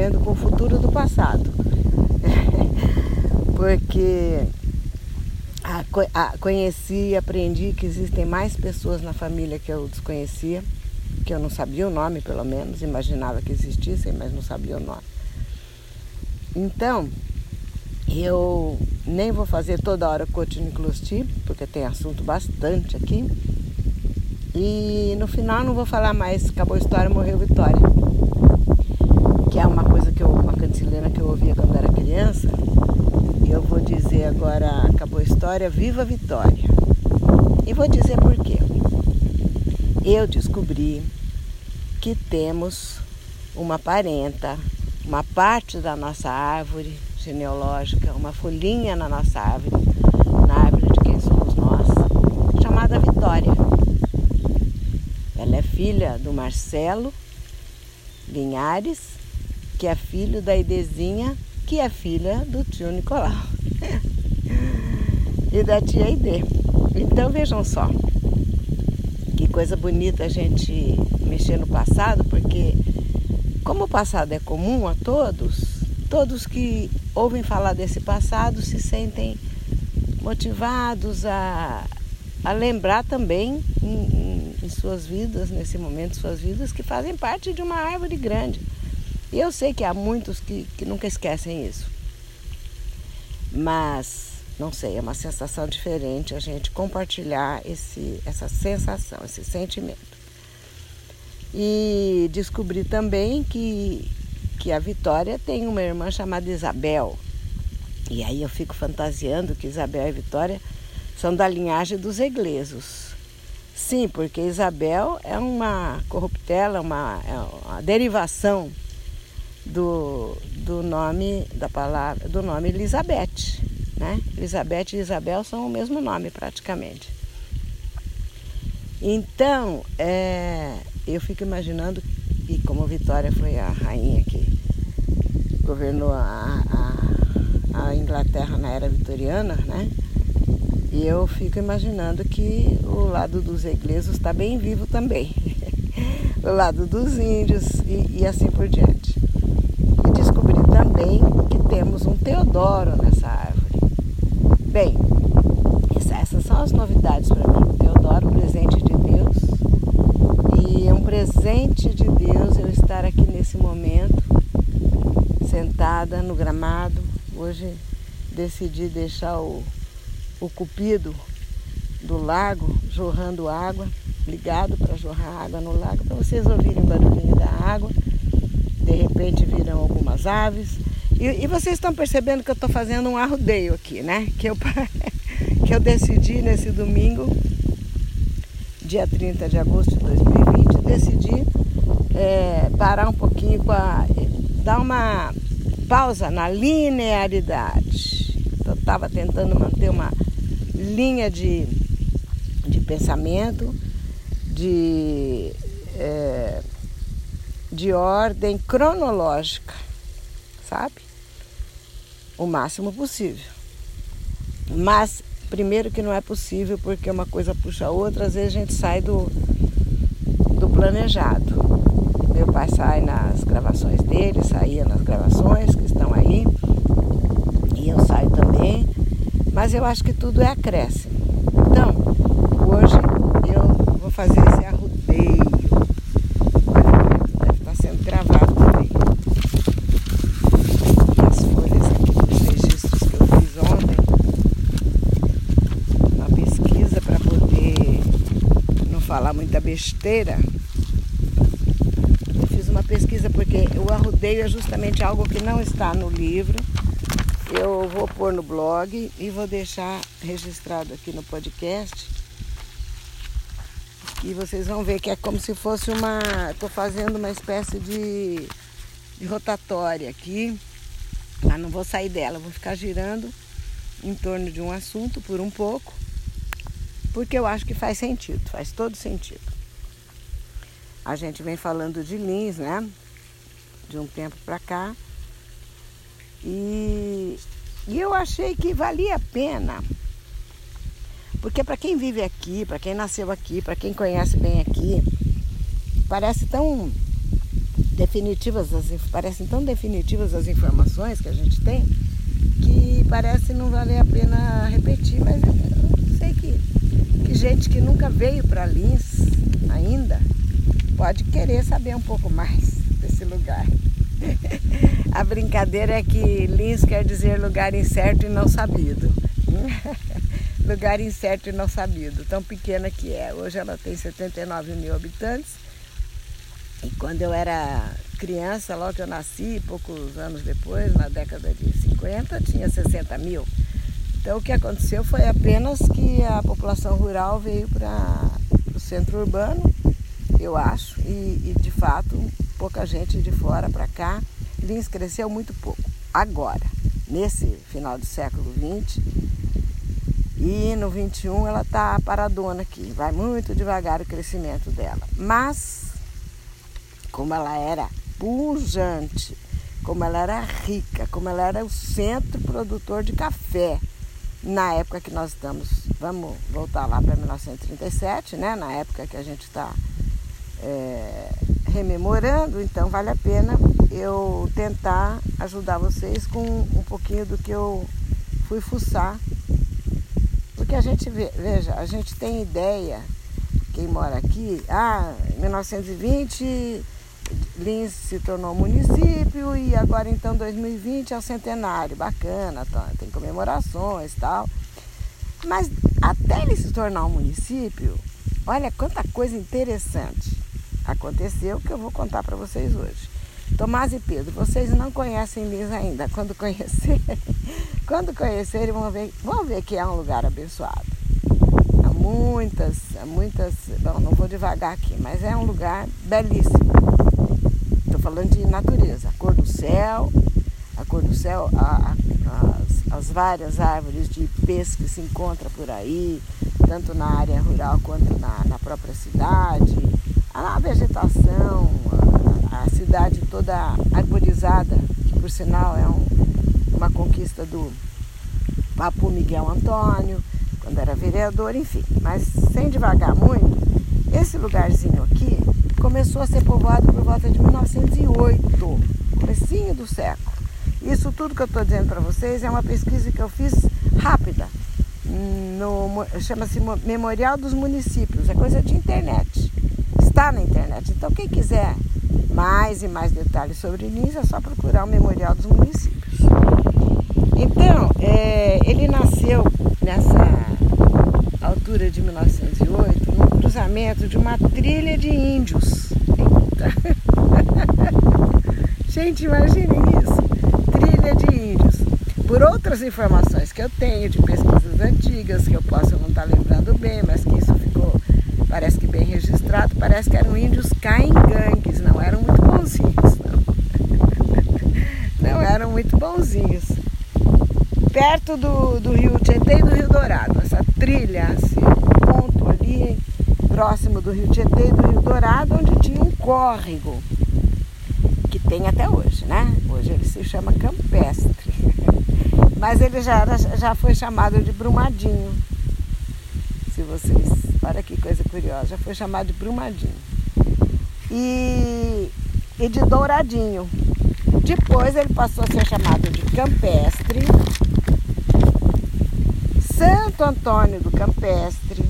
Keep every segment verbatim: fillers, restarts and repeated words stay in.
vivendo com o futuro do passado. Porque a, a, conheci e aprendi que existem mais pessoas na família que eu desconhecia, que eu não sabia o nome, pelo menos, imaginava que existissem, mas não sabia o nome. Então, eu nem vou fazer toda hora Cotiniclosti, porque tem assunto bastante aqui. E no final não vou falar mais acabou a história, morreu Vitória, que é uma coisa que eu, uma cantilena que eu ouvia quando era criança. E eu vou dizer agora, acabou a história, viva Vitória. E vou dizer por quê. Eu descobri que temos uma parenta, uma parte da nossa árvore genealógica, uma folhinha na nossa árvore, na árvore de quem somos nós, chamada Vitória. Ela é filha do Marcelo Linhares, que é filho da Idezinha, que é filha do tio Nicolau e da tia Aide. Então vejam só, que coisa bonita a gente mexer no passado, porque como o passado é comum a todos, todos que ouvem falar desse passado se sentem motivados a, a lembrar também em, em, em suas vidas, nesse momento, suas vidas, que fazem parte de uma árvore grande. E eu sei que há muitos que, que nunca esquecem isso. Mas, não sei, é uma sensação diferente a gente compartilhar esse, essa sensação, esse sentimento. E descobri também que, que a Vitória tem uma irmã chamada Isabel. E aí eu fico fantasiando que Isabel e Vitória são da linhagem dos Eglesos. Sim, porque Isabel é uma corruptela, uma, é uma derivação do, do nome da palavra, do nome Elizabeth, né? Elizabeth e Isabel são o mesmo nome praticamente. Então, é, eu fico imaginando, e como Vitória foi a rainha que governou a, a, a Inglaterra na era vitoriana, né? E eu fico imaginando que o lado dos ingleses está bem vivo também. O lado dos índios e, e assim por diante. E descobri também que temos um Teodoro nessa árvore. Bem, essa, essas são as novidades para mim. Teodoro, presente de Deus. E é um presente de Deus eu estar aqui nesse momento, sentada no gramado. Hoje decidi deixar o o cupido do lago jorrando água, ligado para jorrar água no lago, para vocês ouvirem o barulhinho da água. De repente virão algumas aves. E, e vocês estão percebendo que eu estou fazendo um arrodeio aqui, né? Que eu, que eu decidi nesse domingo, dia trinta de agosto de dois mil e vinte, decidi é, parar um pouquinho, com a, dar uma pausa na linearidade. Eu estava tentando manter uma linha de, de pensamento, de, é, de ordem cronológica, sabe? O máximo possível. Mas, primeiro que não é possível, porque uma coisa puxa a outra, às vezes a gente sai do, do planejado. Meu pai sai nas gravações dele, saía nas gravações que estão aí, e eu saio também. Mas eu acho que tudo é acréscimo. Então, hoje eu vou fazer esse arrodeio. Deve estar sendo gravado também. E as folhas aqui dos registros que eu fiz ontem. Uma pesquisa para poder não falar muita besteira. Eu fiz uma pesquisa porque o arrodeio é justamente algo que não está no livro. Eu vou pôr no blog e vou deixar registrado aqui no podcast. E vocês vão ver que é como se fosse uma... Estou fazendo uma espécie de, de rotatória aqui. Mas não vou sair dela, vou ficar girando em torno de um assunto por um pouco. Porque eu acho que faz sentido, faz todo sentido. A gente vem falando de Lins, né? De um tempo para cá. E, e eu achei que valia a pena, porque para quem vive aqui, para quem nasceu aqui, para quem conhece bem aqui, parece tão definitivas, as, parecem tão definitivas as informações que a gente tem, que parece não valer a pena repetir, mas eu sei que, que gente que nunca veio para Lins ainda pode querer saber um pouco mais desse lugar. A brincadeira é que Lins quer dizer lugar incerto e não sabido. Lugar incerto e não sabido, tão pequena que é. Hoje ela tem setenta e nove mil habitantes. E quando eu era criança, logo que eu nasci, poucos anos depois, na década de cinquenta, tinha sessenta mil. Então o que aconteceu foi apenas que a população rural veio para o centro urbano, eu acho, e, e de fato pouca gente de fora para cá. Lins cresceu muito pouco. Agora, nesse final do século vinte e no vinte e um, ela está paradona aqui, vai muito devagar o crescimento dela. Mas, como ela era pujante, como ela era rica, como ela era o centro produtor de café, na época que nós estamos, vamos voltar lá para mil novecentos e trinta e sete, né? Na época que a gente está é, rememorando, então vale a pena eu tentar ajudar vocês com um pouquinho do que eu fui fuçar. Porque a gente, veja, a gente tem ideia, quem mora aqui, ah, em mil novecentos e vinte, Lins se tornou município e agora então dois mil e vinte é o centenário, bacana, tá, tem comemorações e tal. Mas até ele se tornar um município, olha quanta coisa interessante aconteceu que eu vou contar para vocês hoje. Tomás e Pedro, vocês não conhecem Lins ainda. Quando conhecerem, quando conhecerem vão ver, vão ver que é um lugar abençoado. Há muitas, há muitas, bom, não vou devagar aqui, mas é um lugar belíssimo. Estou falando de natureza, a cor do céu, a cor do céu, a, a, as, as várias árvores de ipês que se encontram por aí, tanto na área rural quanto na, na própria cidade, a vegetação, a, a cidade toda arborizada, que por sinal é um, uma conquista do Papu Miguel Antônio, quando era vereador, enfim. Mas sem devagar muito, esse lugarzinho aqui começou a ser povoado por volta de mil novecentos e oito, comecinho do século. Isso tudo que eu estou dizendo para vocês é uma pesquisa que eu fiz rápida, no, chama-se Memorial dos Municípios, é coisa de internet, está na internet. Então quem quiser mais e mais detalhes sobre Lins é só procurar o Memorial dos Municípios. Então, é, ele nasceu nessa altura de mil novecentos e oito, no cruzamento de uma trilha de índios. Eita. Gente, imaginem isso, trilha de índios. Por outras informações que eu tenho de pesquisas antigas, que eu posso não estar lembrando bem, mas que isso ficou, parece que bem registrado, parece que eram índios caingangues, não eram muito bonzinhos, não. Não eram muito bonzinhos. Perto do, do rio Tietê e do Rio Dourado, essa trilha, esse ponto ali, próximo do rio Tietê e do Rio Dourado, onde tinha um córrego, que tem até hoje, né? Hoje ele se chama Campestre, mas ele já, era, já foi chamado de Brumadinho, se vocês, olha que coisa curiosa, já foi chamado de Brumadinho, e, e de Douradinho. Depois ele passou a ser chamado de Campestre, Santo Antônio do Campestre,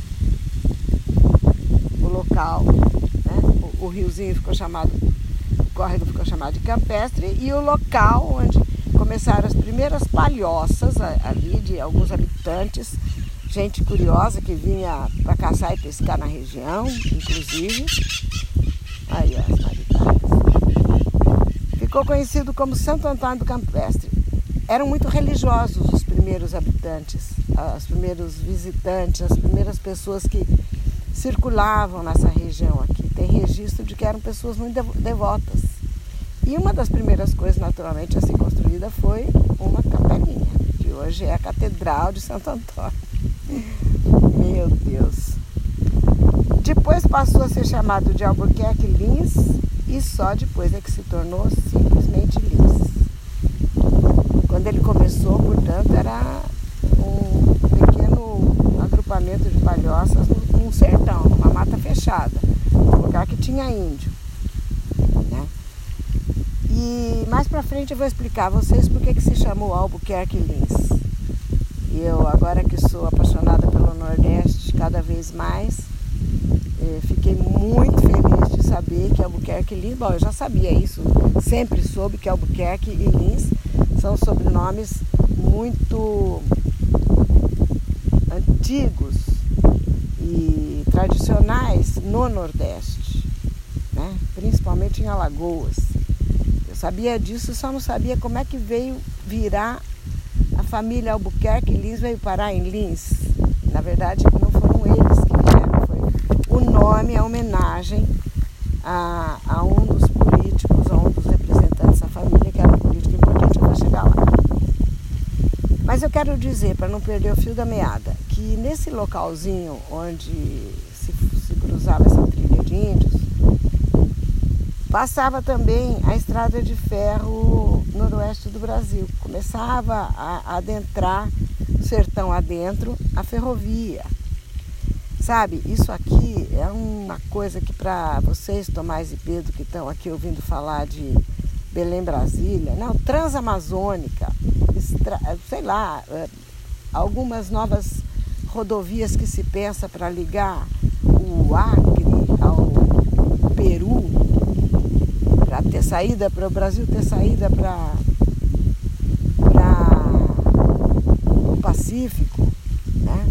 o local, né? o, o riozinho ficou chamado, o córrego ficou chamado de Campestre, e o local onde começaram as primeiras palhoças ali de alguns habitantes, gente curiosa que vinha para caçar e pescar na região, inclusive. Aí, ó, as maritacas. Ficou conhecido como Santo Antônio do Campestre. Eram muito religiosos os primeiros habitantes, os primeiros visitantes, as primeiras pessoas que circulavam nessa região aqui. Tem registro de que eram pessoas muito devotas. E uma das primeiras coisas, naturalmente, a ser construída foi uma capelinha, que hoje é a Catedral de Santo Antônio. Meu Deus! Depois passou a ser chamado de Albuquerque Lins, e só depois é que se tornou simplesmente Lins. Quando ele começou, portanto, era um pequeno agrupamento de palhoças num sertão, numa mata fechada, um lugar que tinha índio, né? E mais pra frente eu vou explicar a vocês por que que se chamou Albuquerque Lins. E eu, agora que sou apaixonada pelo Nordeste cada vez mais, eh, fiquei muito feliz de saber que Albuquerque Lins, bom, eu já sabia isso, sempre soube que Albuquerque e Lins são sobrenomes muito antigos e tradicionais no Nordeste, né? Principalmente em Alagoas. Eu sabia disso, só não sabia como é que veio virar a família Albuquerque Lins, veio parar em Lins. Na verdade, não foram eles que vieram, foi o nome, a homenagem a, a um dos políticos, a um dos representantes da família, que era um político importante. Eu vou chegar lá. Mas eu quero dizer, para não perder o fio da meada, que nesse localzinho onde se, se cruzava essa trilha de índios, passava também a estrada de ferro noroeste do Brasil. Começava a adentrar o sertão adentro a ferrovia. Sabe, isso aqui é uma coisa que para vocês, Tomás e Pedro, que estão aqui ouvindo falar de Belém, Brasília, não, Transamazônica, extra, sei lá, algumas novas rodovias que se pensa para ligar o Acre ao Peru, para ter saída, para o Brasil ter saída para o Pacífico, né?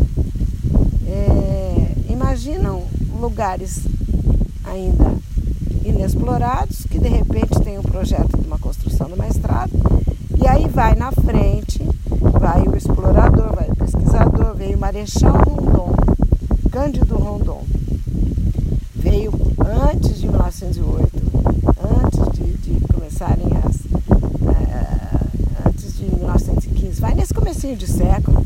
É, imaginam lugares ainda inexplorados, que de repente tem um projeto de uma construção de uma estrada, e aí vai na frente, vai o explorador, vai o pesquisador, veio Marechal Rondon, Cândido Rondon, veio antes de mil novecentos e oito, antes de, de começarem as, uh, antes de mil novecentos e quinze, vai nesse comecinho de século,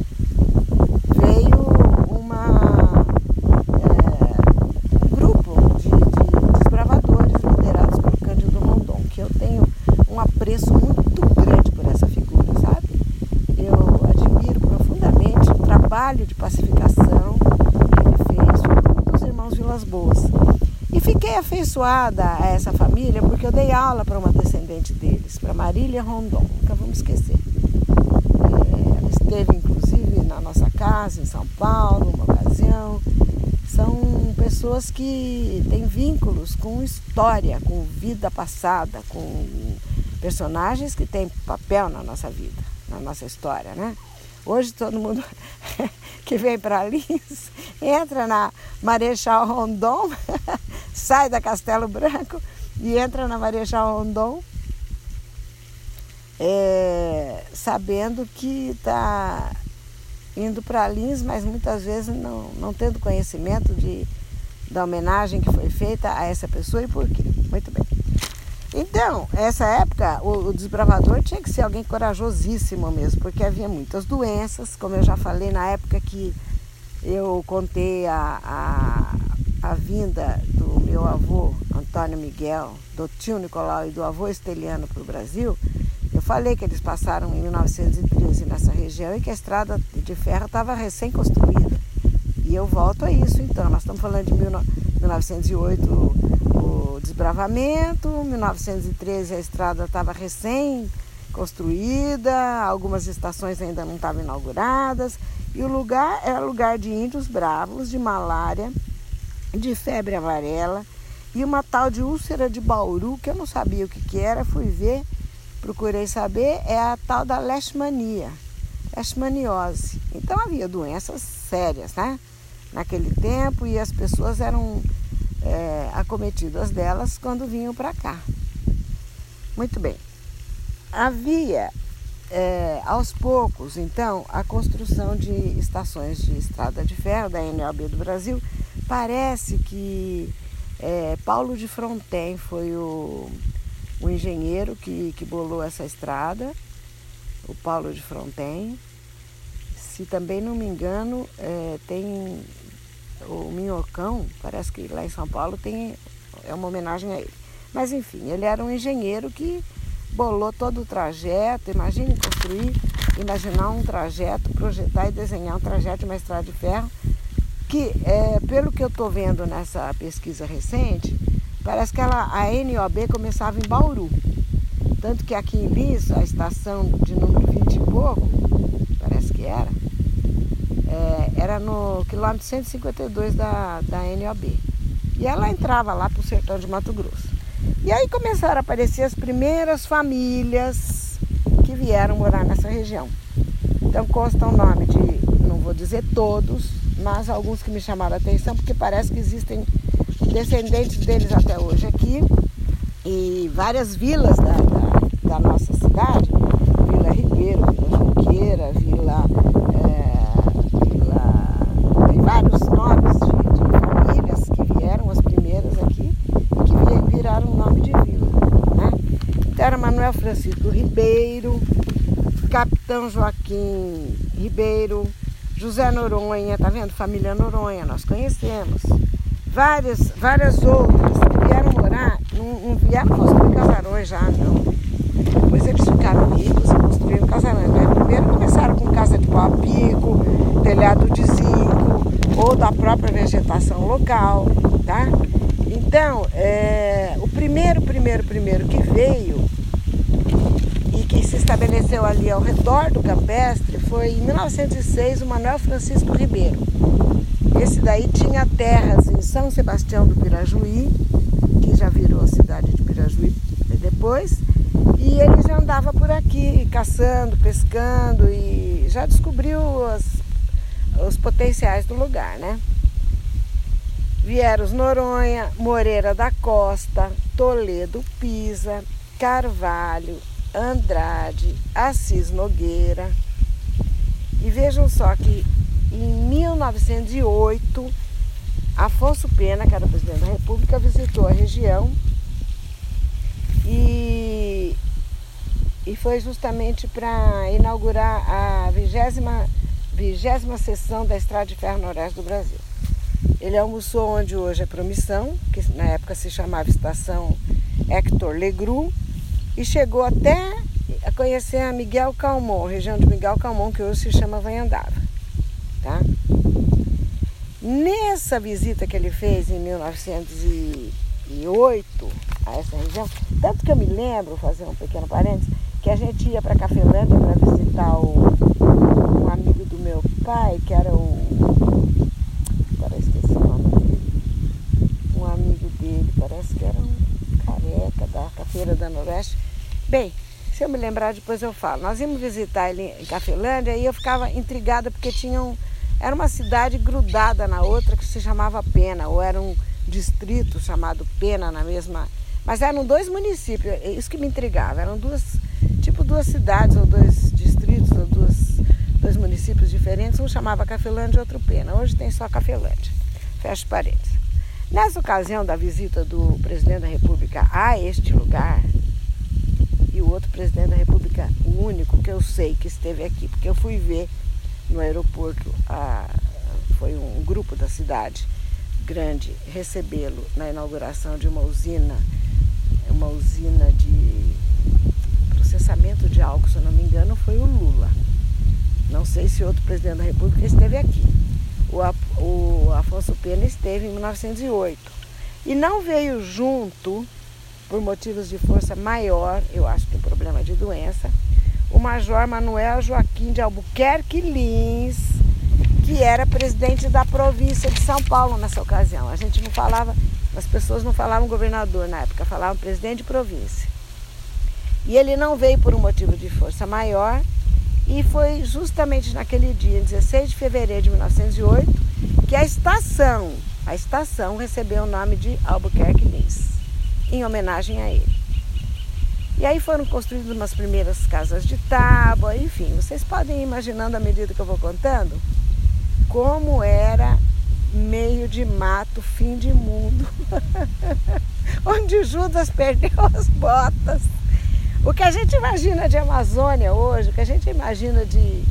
veio uma, uh, um grupo de, de desbravadores liderados por Cândido Rondon, que eu tenho um apreço muito grande por essa figura, sabe? Eu admiro profundamente o trabalho de pacificação que ele fez junto dos irmãos Vilas Boas. E fiquei afeiçoada a essa família porque eu dei aula para uma descendente deles, para Marília Rondon, nunca vamos esquecer. É, ela esteve inclusive na nossa casa em São Paulo, uma ocasião. São pessoas que têm vínculos com história, com vida passada, com personagens que têm papel na nossa vida, na nossa história, né? Hoje todo mundo que vem para Lins entra na Marechal Rondon, sai da Castelo Branco e entra na Marechal Rondon, é, sabendo que está indo para Lins, mas muitas vezes não, não tendo conhecimento de, da homenagem que foi feita a essa pessoa e por quê. Muito bem. Então, essa época, o, o desbravador tinha que ser alguém corajosíssimo mesmo, porque havia muitas doenças, como eu já falei na época que eu contei a, a, a vinda do meu avô, Antônio Miguel, do tio Nicolau e do avô Esteliano para o Brasil. Eu falei que eles passaram em mil novecentos e treze nessa região e que a estrada de ferro estava recém-construída. E eu volto a isso, então. Nós estamos falando de mil novecentos e oito o desbravamento, mil novecentos e treze a estrada estava recém-construída, algumas estações ainda não estavam inauguradas, e o lugar era lugar de índios bravos, de malária, de febre amarela e uma tal de úlcera de Bauru, que eu não sabia o que, que era, fui ver, procurei saber, é a tal da leishmania, leishmaniose. Então havia doenças sérias, né? Naquele tempo, e as pessoas eram é, acometidas delas quando vinham para cá. Muito bem. Havia, é, aos poucos, então, a construção de estações de estrada de ferro da N O B do Brasil. Parece que é, Paulo de Fronten foi o, o engenheiro que, que bolou essa estrada, o Paulo de Fronten. Se também não me engano, é, tem o Minhocão, parece que lá em São Paulo tem, é uma homenagem a ele. Mas enfim, ele era um engenheiro que bolou todo o trajeto. Imagine construir, imaginar um trajeto, projetar e desenhar um trajeto de uma estrada de ferro, que é, pelo que eu estou vendo nessa pesquisa recente, parece que ela, a N O B começava em Bauru. Tanto que aqui em Lins, a estação de número vinte e pouco, parece que era, é, era no quilômetro cento e cinquenta e dois da, da N O B. E ela entrava lá para o sertão de Mato Grosso. E aí começaram a aparecer as primeiras famílias que vieram morar nessa região. Então consta o nome de, não vou dizer todos, mas alguns que me chamaram a atenção, porque parece que existem descendentes deles até hoje aqui. E várias vilas da, da, da nossa cidade, Vila Ribeiro, Vila Junqueira, Vila... É, Vila tem vários nomes de, de famílias que vieram, as primeiras aqui, que viraram o nome de vila, né? Então era Manuel Francisco Ribeiro, Capitão Joaquim Ribeiro, José Noronha, tá vendo? Família Noronha, nós conhecemos. Várias, várias outras que vieram morar, não, não vieram construir casarões já, não. Depois eles ficaram ricos e construíram casarões. Né? Primeiro começaram com casa de pau a pico, telhado de zinco, ou da própria vegetação local, tá? Então, é, o primeiro, primeiro, primeiro que veio e que se estabeleceu ali ao redor do campestre foi em mil novecentos e seis o Manuel Francisco Ribeiro. Esse daí tinha terras em São Sebastião do Pirajuí, que já virou a cidade de Pirajuí depois, e ele já andava por aqui caçando, pescando e já descobriu as, os potenciais do lugar, né? Vieram os Noronha, Moreira da Costa, Toledo Pisa, Carvalho, Andrade, Assis Nogueira. E vejam só que em mil novecentos e oito, Afonso Pena, que era o presidente da República, visitou a região e, e foi justamente para inaugurar a vigésima, vigésima sessão da Estrada de Ferro Noroeste do Brasil. Ele almoçou onde hoje é Promissão, que na época se chamava Estação Hector Legru, e chegou até a conhecer a Miguel Calmon, região de Miguel Calmon, que hoje se chama Vanhandava. Tá? Nessa visita que ele fez em mil novecentos e oito a essa região, tanto que eu me lembro, fazer um pequeno parênteses, que a gente ia para Cafelândia para visitar o, um amigo do meu pai, que era o... agora eu esqueci o nome dele. Um amigo dele, parece que era um careca da Feira da Noroeste. Bem, se eu me lembrar depois eu falo. Nós íamos visitar ele em Cafelândia e eu ficava intrigada porque tinham... Era uma cidade grudada na outra que se chamava Pena, ou era um distrito chamado Pena na mesma... Mas eram dois municípios, isso que me intrigava. Eram duas, tipo duas cidades, ou dois distritos, ou duas, dois municípios diferentes. Um chamava Cafelândia e outro Pena. Hoje tem só Cafelândia. Fecha parênteses. Nessa ocasião da visita do presidente da República a este lugar, e o outro presidente da República, o único que eu sei que esteve aqui, porque eu fui ver no aeroporto, a, foi um grupo da cidade grande recebê-lo na inauguração de uma usina, uma usina de processamento de álcool, se eu não me engano, foi o Lula. Não sei se outro presidente da República esteve aqui. O, o Afonso Pena esteve em mil novecentos e oito. E não veio junto, por motivos de força maior, eu acho que é problema de doença, o Major Manuel Joaquim de Albuquerque Lins, que era presidente da província de São Paulo nessa ocasião. A gente não falava, as pessoas não falavam governador na época, falavam presidente de província. E ele não veio por um motivo de força maior, e foi justamente naquele dia, em dezesseis de fevereiro de mil novecentos e oito, que a estação, a estação recebeu o nome de Albuquerque Lins, em homenagem a ele. E aí foram construídas umas primeiras casas de tábua, enfim, vocês podem ir imaginando à medida que eu vou contando, como era meio de mato, fim de mundo, onde Judas perdeu as botas. O que a gente imagina de Amazônia hoje, o que a gente imagina de,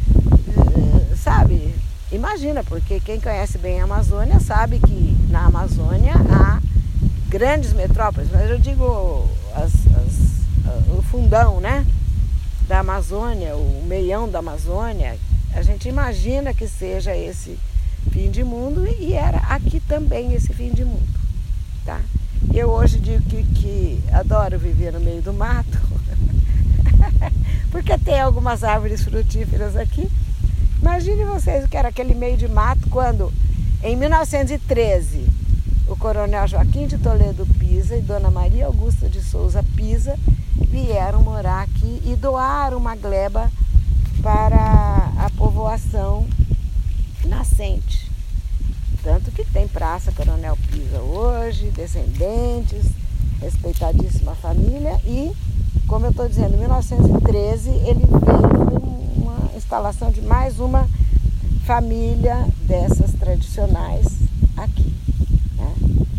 sabe, imagina, porque quem conhece bem a Amazônia sabe que na Amazônia há grandes metrópoles, mas eu digo as, as o fundão, né, da Amazônia, o meião da Amazônia, a gente imagina que seja esse fim de mundo e era aqui também esse fim de mundo. tá? Eu hoje digo que, que adoro viver no meio do mato, porque tem algumas árvores frutíferas aqui. Imagine vocês o que era aquele meio de mato quando, em mil novecentos e treze, o coronel Joaquim de Toledo Pisa e Dona Maria Augusta de Souza Pisa vieram morar aqui e doaram uma gleba para a povoação nascente. Tanto que tem Praça Coronel Pisa hoje, descendentes, respeitadíssima família. E, como eu estou dizendo, em mil novecentos e treze ele veio uma instalação de mais uma família dessas tradicionais aqui, né?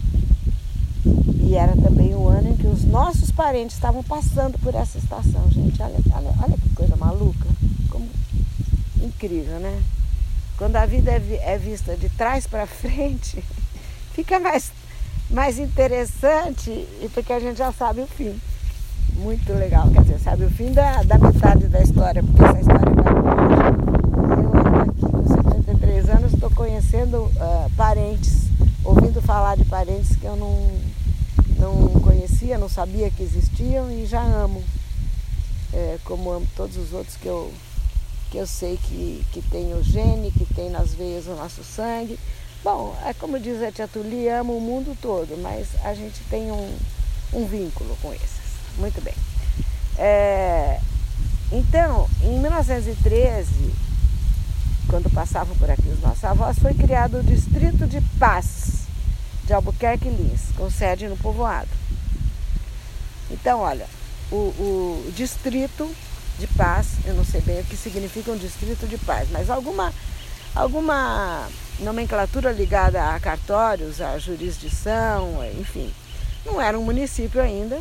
E era também o ano em que os nossos parentes estavam passando por essa estação, gente. Olha, olha, olha que coisa maluca, como incrível, né? Quando a vida é vista de trás para frente, fica mais, mais interessante, porque a gente já sabe o fim. Muito legal, quer dizer, sabe o fim da, da metade da história, porque essa história vai longe. Eu aqui com setenta e três anos estou conhecendo uh, parentes, ouvindo falar de parentes que eu não, não conhecia, não sabia que existiam e já amo, é, como amo todos os outros que eu... que eu sei que, que tem o gene, que tem nas veias o nosso sangue. Bom, é como diz a tia Tuli, amo o mundo todo, mas a gente tem um, um vínculo com esses. Muito bem. É, então, em mil novecentos e treze, quando passavam por aqui os nossos avós, foi criado o Distrito de Paz de Albuquerque Lins, com sede no povoado. Então, olha, o, o Distrito de Paz, eu não sei bem o que significa um distrito de paz, mas alguma, alguma nomenclatura ligada a cartórios, a jurisdição, enfim. Não era um município ainda.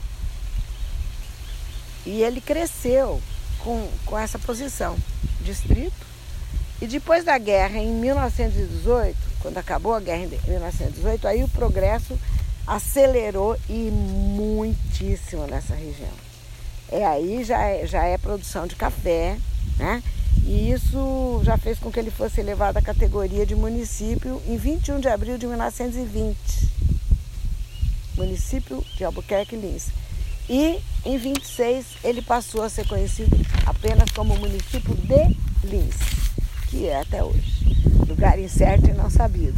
E ele cresceu com, com essa posição, distrito. E depois da guerra, em mil novecentos e dezoito, quando acabou a guerra em mil novecentos e dezoito, aí o progresso acelerou e muitíssimo nessa região. É, aí já é, já é produção de café, né? E isso já fez com que ele fosse elevado à categoria de município em vinte e um de abril de mil novecentos e vinte. Município de Albuquerque Lins. E em vinte e seis ele passou a ser conhecido apenas como município de Lins, que é até hoje. Lugar incerto e não sabido.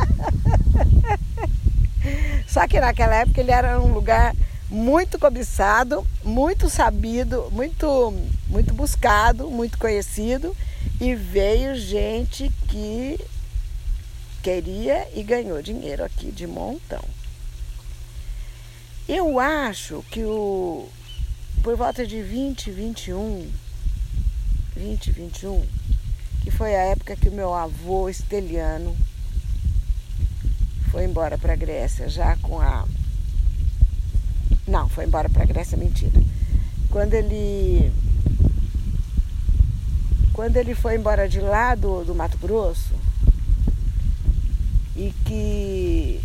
Só que naquela época ele era um lugar muito cobiçado, muito sabido, muito, muito buscado, muito conhecido, e veio gente que queria e ganhou dinheiro aqui de montão. Eu acho que o, por volta de vinte, vinte e um, vinte, vinte e um, que foi a época que o meu avô Esteliano foi embora para a Grécia, já com a... Não, foi embora para a Grécia, mentira. Quando ele... Quando ele foi embora de lá do, do Mato Grosso, e que...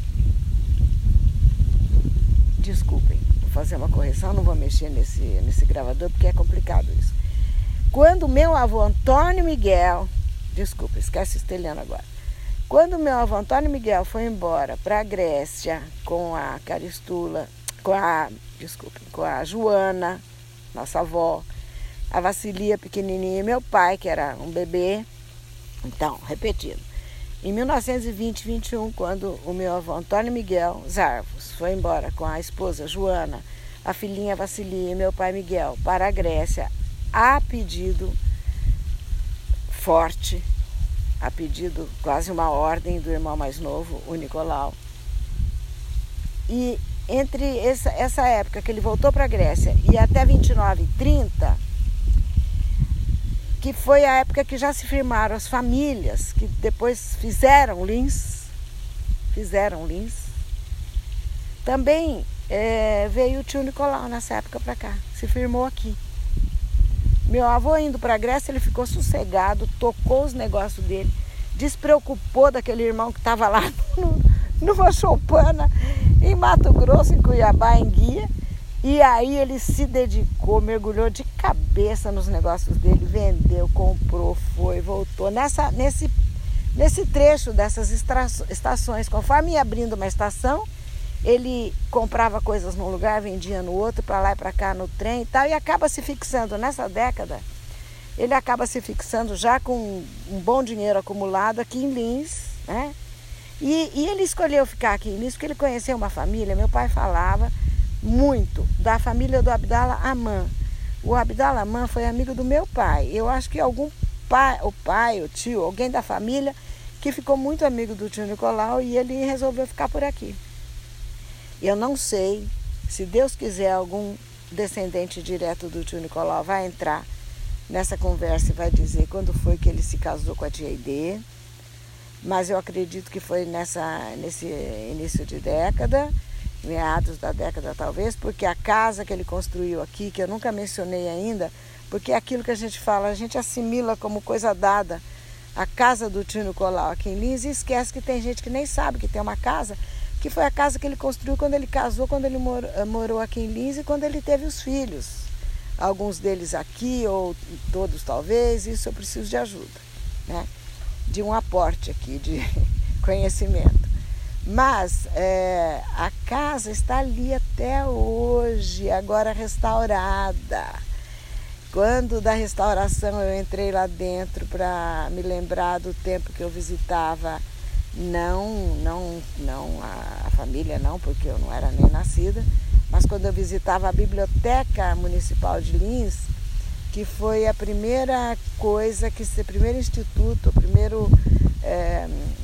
Desculpem, vou fazer uma correção, não vou mexer nesse, nesse gravador, porque é complicado isso. Quando meu avô Antônio Miguel... Desculpa, esquece o Esteliano agora. Quando meu avô Antônio Miguel foi embora para a Grécia com a Caristula... com a, desculpe, com a Joana, nossa avó, a Vacilia pequenininha e meu pai, que era um bebê. Então, repetindo, em mil novecentos e vinte, vinte e um, quando o meu avô Antônio Miguel Zarvos foi embora com a esposa Joana, a filhinha Vacilia e meu pai Miguel para a Grécia, a pedido forte, a pedido quase uma ordem do irmão mais novo, o Nicolau. E entre essa, essa época que ele voltou para a Grécia e até vinte e nove e trinta, que foi a época que já se firmaram as famílias que depois fizeram Lins, fizeram Lins, também é, veio o tio Nicolau nessa época para cá, se firmou aqui. Meu avô indo para a Grécia, ele ficou sossegado, tocou os negócios dele, despreocupou daquele irmão que estava lá no, numa choupana em Mato Grosso, em Cuiabá, em Guia. E aí ele se dedicou, mergulhou de cabeça nos negócios dele, vendeu, comprou, foi, voltou. Nessa, nesse Nesse trecho dessas estações, conforme ia abrindo uma estação, ele comprava coisas num lugar, vendia no outro, para lá e para cá no trem e tal, e acaba se fixando nessa década, ele acaba se fixando já com um bom dinheiro acumulado aqui em Lins, né? E, e ele escolheu ficar aqui em Lins porque ele conheceu uma família, meu pai falava muito, da família do Abdala Aman. O Abdala Aman foi amigo do meu pai. Eu acho que algum pai, o pai, o tio, alguém da família que ficou muito amigo do tio Nicolau e ele resolveu ficar por aqui. Eu não sei, se Deus quiser, algum descendente direto do tio Nicolau vai entrar nessa conversa e vai dizer quando foi que ele se casou com a tia Aide, mas eu acredito que foi nessa, nesse início de década, meados da década talvez, porque a casa que ele construiu aqui, que eu nunca mencionei ainda, porque é aquilo que a gente fala, a gente assimila como coisa dada, a casa do tio Nicolau aqui em Lins, e esquece que tem gente que nem sabe que tem uma casa, que foi a casa que ele construiu quando ele casou, quando ele mor, morou aqui em Lins e quando ele teve os filhos. Alguns deles aqui, ou todos talvez, isso eu preciso de ajuda, né? De um aporte aqui, de conhecimento. Mas é, a casa está ali até hoje, agora restaurada. Quando da restauração eu entrei lá dentro para me lembrar do tempo que eu visitava, não, não, não a, a família não, porque eu não era nem nascida, mas quando eu visitava a Biblioteca Municipal de Lins, que foi a primeira coisa, que o primeiro instituto, o primeiro é,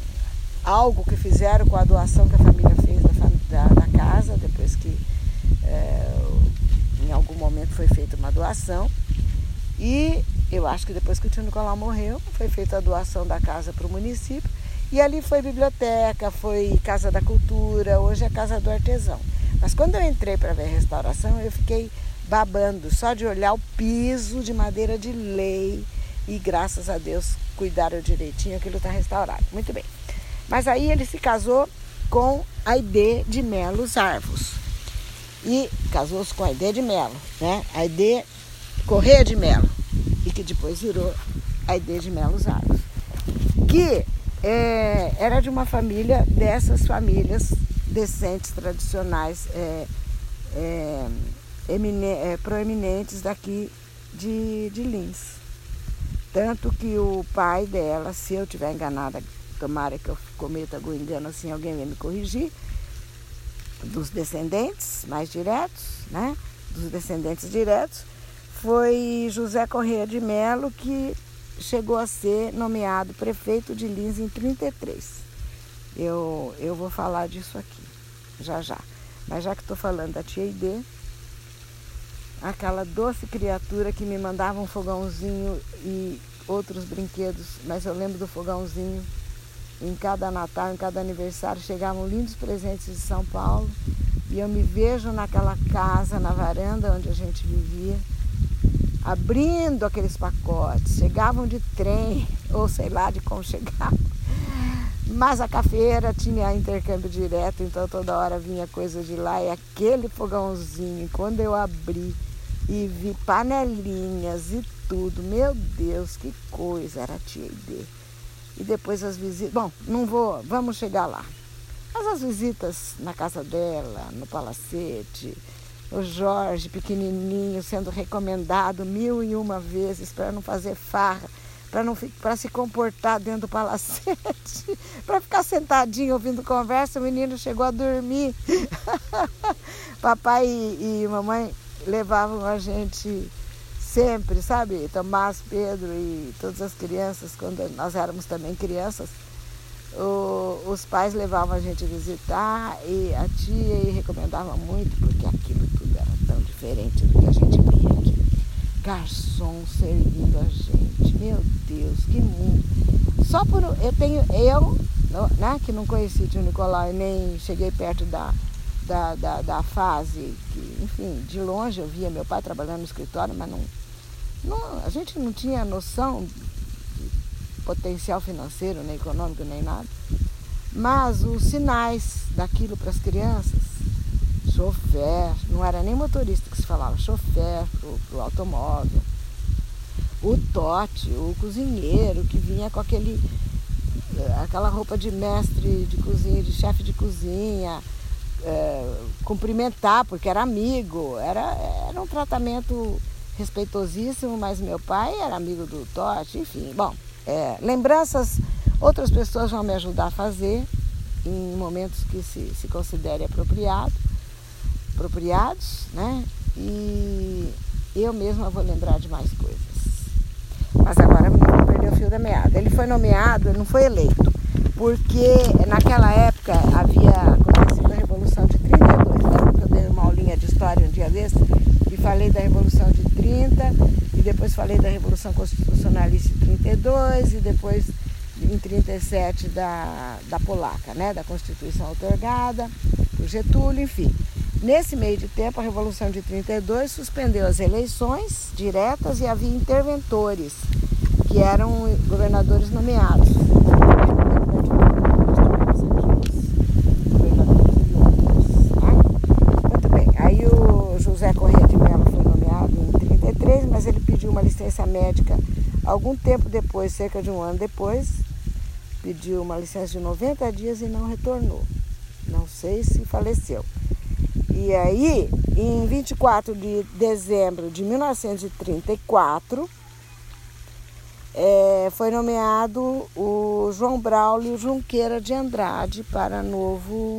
algo que fizeram com a doação que a família fez da, da, da casa, depois que é, em algum momento foi feita uma doação. E eu acho que depois que o tio Nicolau morreu, foi feita a doação da casa para o município. E ali foi biblioteca, foi Casa da Cultura, hoje é Casa do Artesão. Mas quando eu entrei para ver a restauração, eu fiquei babando, só de olhar o piso de madeira de lei. E graças a Deus cuidaram direitinho, aquilo está restaurado. Muito bem. Mas aí ele se casou com a Aide de Melo Arvos. E casou-se com a Aide de Melo, né? A Aide Correia de Melo. E que depois virou a Aide de Melo Arvos. Que é, era de uma família dessas famílias decentes, tradicionais, é, é, emine, é, proeminentes daqui de, de Lins. Tanto que o pai dela, se eu estiver enganada, tomara que eu cometa algum engano assim, alguém vai me corrigir, dos descendentes mais diretos, né? Dos descendentes diretos, foi José Correia de Melo, que chegou a ser nomeado prefeito de Lins em trinta e três. Eu, eu vou falar disso aqui, já já. Mas já que estou falando da tia Aide, aquela doce criatura que me mandava um fogãozinho e outros brinquedos, mas eu lembro do fogãozinho. Em cada Natal, em cada aniversário, chegavam lindos presentes de São Paulo e eu me vejo naquela casa, na varanda onde a gente vivia, abrindo aqueles pacotes. Chegavam de trem, ou sei lá de como chegavam, mas a cafeira tinha intercâmbio direto, então toda hora vinha coisa de lá e aquele fogãozinho, quando eu abri e vi panelinhas e tudo, meu Deus, que coisa, era a tia Aide. E depois as visitas, bom, não vou, vamos chegar lá. Mas as visitas na casa dela, no palacete, o Jorge pequenininho sendo recomendado mil e uma vezes para não fazer farra, para não para se comportar dentro do palacete, para ficar sentadinho ouvindo conversa, o menino chegou a dormir. Papai e, e mamãe levavam a gente sempre, sabe, Tomás, Pedro e todas as crianças, quando nós éramos também crianças, o, os pais levavam a gente visitar e a tia e recomendava muito, porque aquilo tudo era tão diferente do que a gente via aqui. Garçom servindo a gente, meu Deus, que mundo. Só por, eu tenho, eu, né, que não conheci o tio Nicolau e nem cheguei perto da, da, da, da fase, que, enfim, de longe eu via meu pai trabalhando no escritório, mas não, Não, a gente não tinha noção de potencial financeiro, nem econômico, nem nada. Mas os sinais daquilo para as crianças, chofer, não era nem motorista que se falava, chofer para o automóvel, o Tote, o cozinheiro que vinha com aquele aquela roupa de mestre de cozinha, de chefe de cozinha, é, cumprimentar, porque era amigo, era, era um tratamento respeitosíssimo, mas meu pai era amigo do Totti, enfim. Bom, é, lembranças outras pessoas vão me ajudar a fazer em momentos que se, se considere apropriado, apropriados, né? E eu mesma vou lembrar de mais coisas. Mas agora não vou perder o fio da meada. Ele foi nomeado, ele não foi eleito, porque naquela época havia acontecido a Revolução de trinta e dois. Lembra que eu dei uma aulinha de história um dia desse e falei da Revolução de trinta, e depois falei da Revolução Constitucionalista de trinta e dois, e depois em trinta e sete da, da Polaca, né? Da Constituição outorgada por Getúlio, enfim. Nesse meio de tempo, a Revolução de trinta e dois suspendeu as eleições diretas e havia interventores, que eram governadores nomeados. Muito bem. Aí o José Corrêa de Mello foi nomeado em trinta e três, mas ele pediu uma licença médica algum tempo depois, cerca de um ano depois, pediu uma licença de noventa dias e não retornou. Não sei se faleceu. E aí, em vinte e quatro de dezembro de mil novecentos e trinta e quatro, é, foi nomeado o João Braulio Junqueira de Andrade para novo,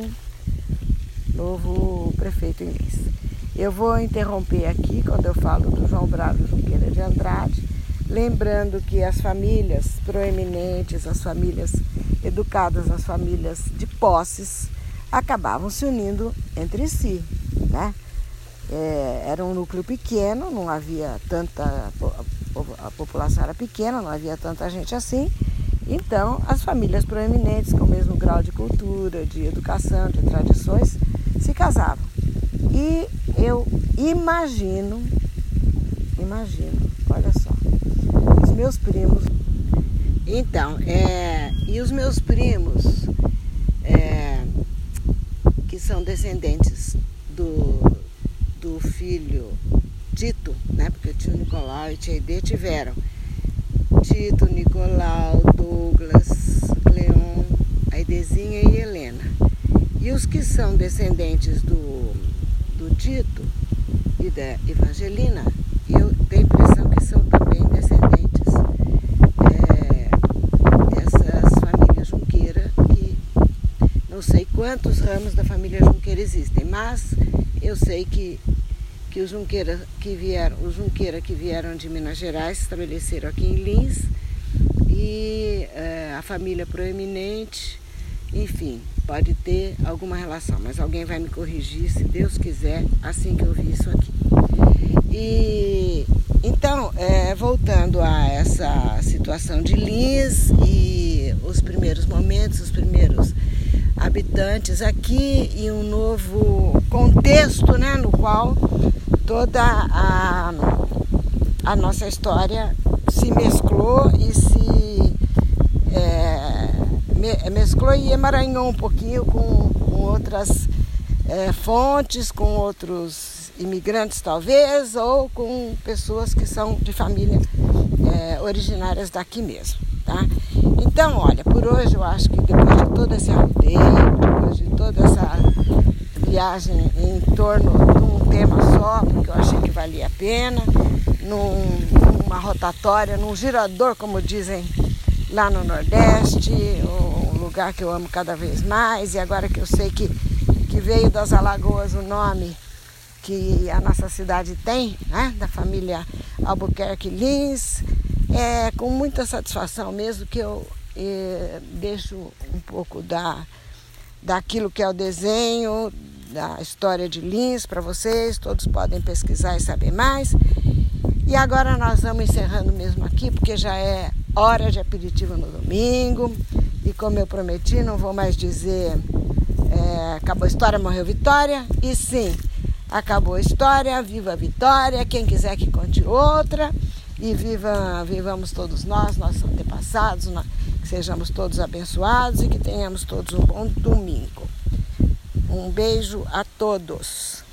novo prefeito em Lins. Eu vou interromper aqui quando eu falo do João Braulio Junqueira de Andrade, lembrando que as famílias proeminentes, as famílias educadas, as famílias de posses, acabavam se unindo entre si, né? É, era um núcleo pequeno, não havia tanta, a população era pequena, não havia tanta gente assim, então as famílias proeminentes, com o mesmo grau de cultura, de educação, de tradições, se casavam. E eu imagino, imagino, olha só, os meus primos, então, é, e os meus primos, é, que são descendentes do, do filho Tito, né? Porque o tio Nicolau e tia Aide tiveram Tito, Nicolau, Douglas, Leon, Aidezinha e Helena. E os que são descendentes do, do Tito e da Evangelina, eu tenho a impressão que são também descendentes é, dessas famílias Junqueira, que não sei quantos ramos da família Junqueira existem, mas eu sei que, que os Junqueira que vieram, os Junqueira que vieram de Minas Gerais se estabeleceram aqui em Lins, e é, a família proeminente, enfim, pode ter alguma relação, mas alguém vai me corrigir, se Deus quiser, assim que eu vi isso aqui. E então, é, voltando a essa situação de Lins e os primeiros momentos, os primeiros habitantes aqui e um novo contexto, né, no qual toda a, a nossa história se mesclou e se é, me, mesclou e emaranhou um pouquinho com, com outras é, fontes, com outros imigrantes talvez, ou com pessoas que são de família é, originárias daqui mesmo, tá? Então, olha, por hoje eu acho que depois de todo esse rodeio, depois de toda essa viagem em torno de um tema só, porque eu achei que valia a pena, num, numa rotatória, num girador, como dizem lá no Nordeste, um lugar que eu amo cada vez mais, e agora que eu sei que, que veio das Alagoas o nome que a nossa cidade tem, né, da família Albuquerque Lins, é com muita satisfação mesmo que eu eh, deixo um pouco da, daquilo que é o desenho, da história de Lins para vocês, todos podem pesquisar e saber mais. E agora nós vamos encerrando mesmo aqui, porque já é hora de aperitivo no domingo, e como eu prometi, não vou mais dizer é, acabou a história, morreu Vitória, e sim, acabou a história, viva a Vitória, quem quiser que conte outra, e viva, vivamos todos nós, nossos antepassados, nós, que sejamos todos abençoados e que tenhamos todos um bom domingo. Um beijo a todos.